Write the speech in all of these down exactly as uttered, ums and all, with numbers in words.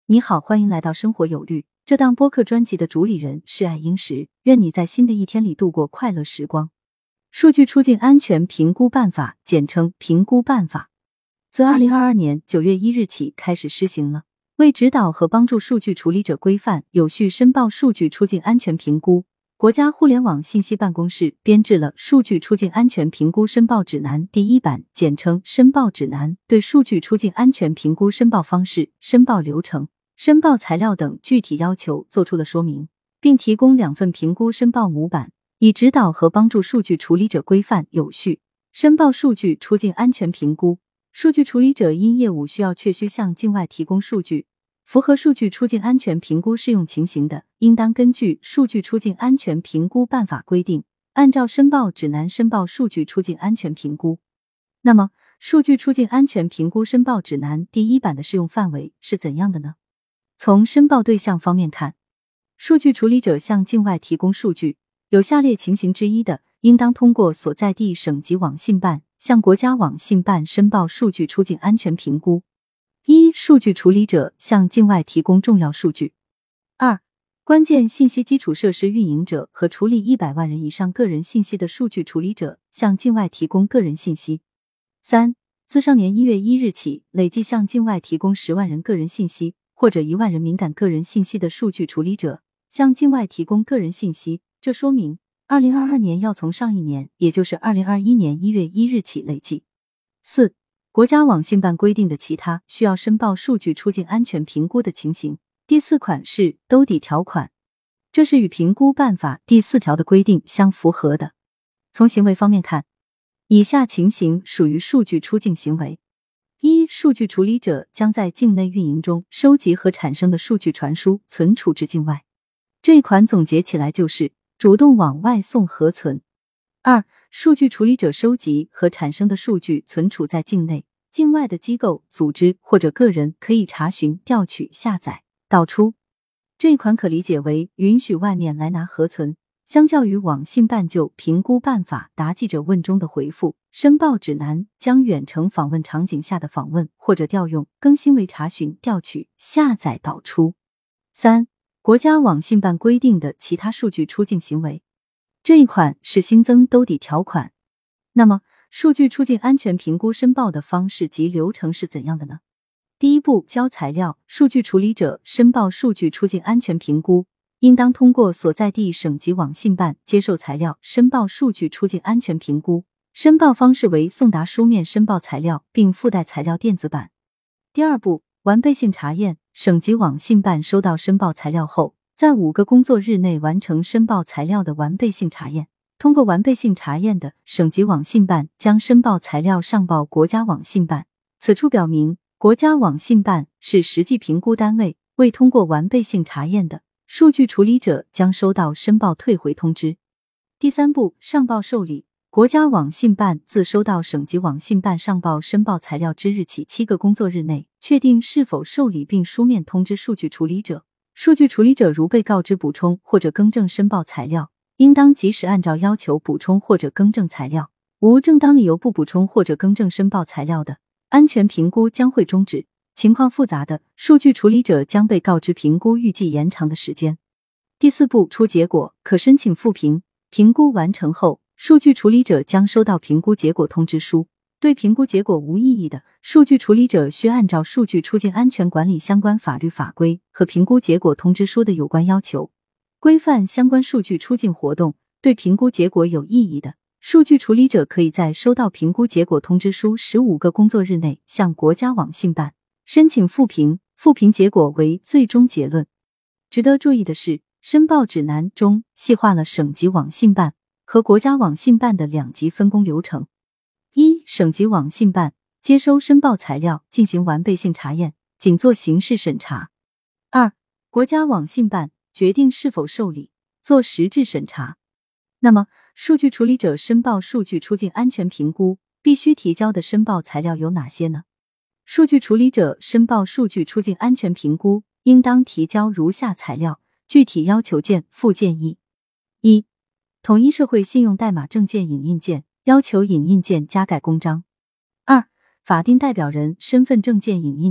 你好，欢迎来到生活有律。这档播客专辑的主理人是爱英石，愿你在新的一天里度过快乐时光。数据出境安全评估办法，简称评估办法，自二零二二年九月一日起开始施行了。为指导和帮助数据处理者规范有序申报数据出境安全评估，国家互联网信息办公室编制了《数据出境安全评估申报指南》第一版，简称申报指南，对数据出境安全评估申报方式、申报流程、申报材料等具体要求作出了说明，并提供两份评估申报模板，以指导和帮助数据处理者规范有序申报数据出境安全评估。数据处理者因业务需要确需向境外提供数据，符合数据出境安全评估适用情形的，应当根据《数据出境安全评估办法》规定，按照申报指南申报数据出境安全评估。那么，数据出境安全评估申报指南第一版的适用范围是怎样的呢？从申报对象方面看，数据处理者向境外提供数据，有下列情形之一的，应当通过所在地省级网信办向国家网信办申报数据出境安全评估。一、数据处理者向境外提供重要数据。二、关键信息基础设施运营者和处理一百万人以上个人信息的数据处理者向境外提供个人信息。三、自上年一月一日起，累计向境外提供十万人个人信息或者一万人敏感个人信息的数据处理者向境外提供个人信息，这说明二零二二年要从上一年，也就是二零二一年一月一日起累计。四、国家网信办规定的其他需要申报数据出境安全评估的情形。第四款是兜底条款，这是与评估办法第四条的规定相符合的。从行为方面看，以下情形属于数据出境行为。一、数据处理者将在境内运营中收集和产生的数据传输、存储至境外。这一款总结起来就是主动往外送和存。二、数据处理者收集和产生的数据存储在境内，境外的机构、组织或者个人可以查询、调取、下载、导出。这一款可理解为允许外面来拿核存。相较于网信办就评估办法答记者问中的回复，申报指南将远程访问场景下的访问或者调用更新为查询、调取、下载、导出。三、国家网信办规定的其他数据出境行为。这一款是新增兜底条款。那么，数据出境安全评估申报的方式及流程是怎样的呢？第一步，交材料。数据处理者申报数据出境安全评估，应当通过所在地省级网信办接受材料申报数据出境安全评估，申报方式为送达书面申报材料并附带材料电子版。第二步，完备性查验。省级网信办收到申报材料后，在五个工作日内完成申报材料的完备性查验。通过完备性查验的，省级网信办将申报材料上报国家网信办。此处表明，国家网信办是实际评估单位，未通过完备性查验的数据处理者将收到申报退回通知。第三步，上报受理。国家网信办自收到省级网信办上报申报材料之日起七个工作日内，确定是否受理并书面通知数据处理者。数据处理者如被告知补充或者更正申报材料，应当及时按照要求补充或者更正材料，无正当理由不补充或者更正申报材料的，安全评估将会终止。情况复杂的，数据处理者将被告知评估预计延长的时间。第四步，出结果，可申请复评。评估完成后，数据处理者将收到评估结果通知书。对评估结果无异议的，数据处理者需按照数据出境安全管理相关法律法规和评估结果通知书的有关要求，规范相关数据出境活动。对评估结果有异议的，数据处理者可以在收到评估结果通知书十五个工作日内向国家网信办申请复评，复评结果为最终结论。值得注意的是，申报指南中细化了省级网信办和国家网信办的两级分工流程。一、省级网信办接收申报材料进行完备性查验，仅做形式审查。二、国家网信办决定是否受理，做实质审查。那么，数据处理者申报数据出境安全评估必须提交的申报材料有哪些呢？数据处理者申报数据出境安全评估，应当提交如下材料，具体要求件附件一。一、统一社会信用代码证件影印件，要求影印件加盖公章。二、法定代表人身份证件影印件，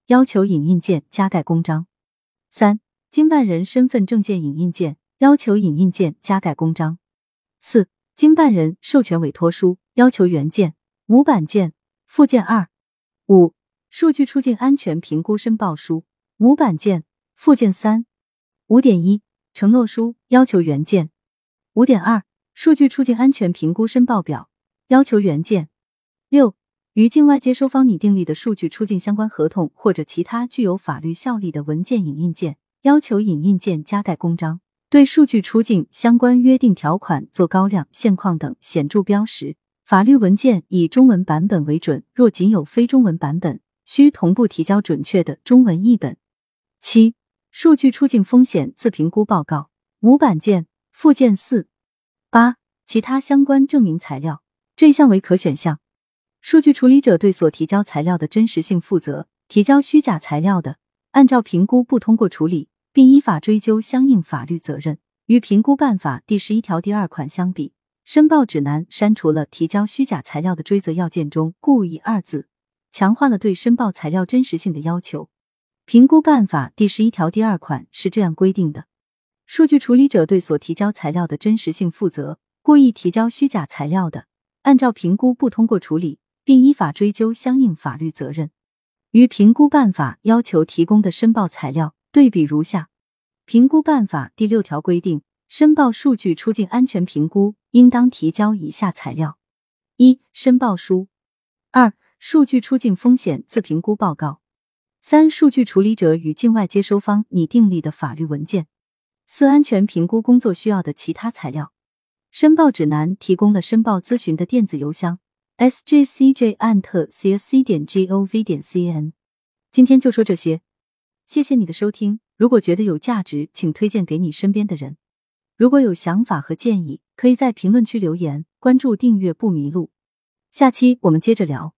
要求影印件加盖公章。三、经办人身份证件影印件要求影印件加盖公章。四、经办人授权委托书要求原件、模板件、附件二。五、数据出境安全评估申报书、模板件、附件三。五点一 承诺书要求原件。五点二 数据出境安全评估申报表要求原件。六、与境外接收方拟订立的数据出境相关合同或者其他具有法律效力的文件影印件要求影印件加盖公章，对数据出境相关约定条款做高亮、现况等显著标识。法律文件以中文版本为准，若仅有非中文版本，需同步提交准确的中文译本。七、数据出境风险自评估报告、模板件、附件四。八、其他相关证明材料，这一项为可选项。数据处理者对所提交材料的真实性负责，提交虚假材料的，按照评估不通过处理，并依法追究相应法律责任。与评估办法第十一条第二款相比，申报指南删除了提交虚假材料的追责要件中故意二字，强化了对申报材料真实性的要求。评估办法第十一条第二款是这样规定的：数据处理者对所提交材料的真实性负责，故意提交虚假材料的，按照评估不通过处理，并依法追究相应法律责任。与评估办法要求提供的申报材料对比如下。评估办法第六条规定，申报数据出境安全评估应当提交以下材料：一、申报书；二、数据出境风险自评估报告；三、数据处理者与境外接收方拟订立的法律文件；四、安全评估工作需要的其他材料。申报指南提供了申报咨询的电子邮箱 s j c j at c s c 点 gov 点 cn。今天就说这些，谢谢你的收听。如果觉得有价值，请推荐给你身边的人。如果有想法和建议，可以在评论区留言，关注订阅不迷路。下期我们接着聊。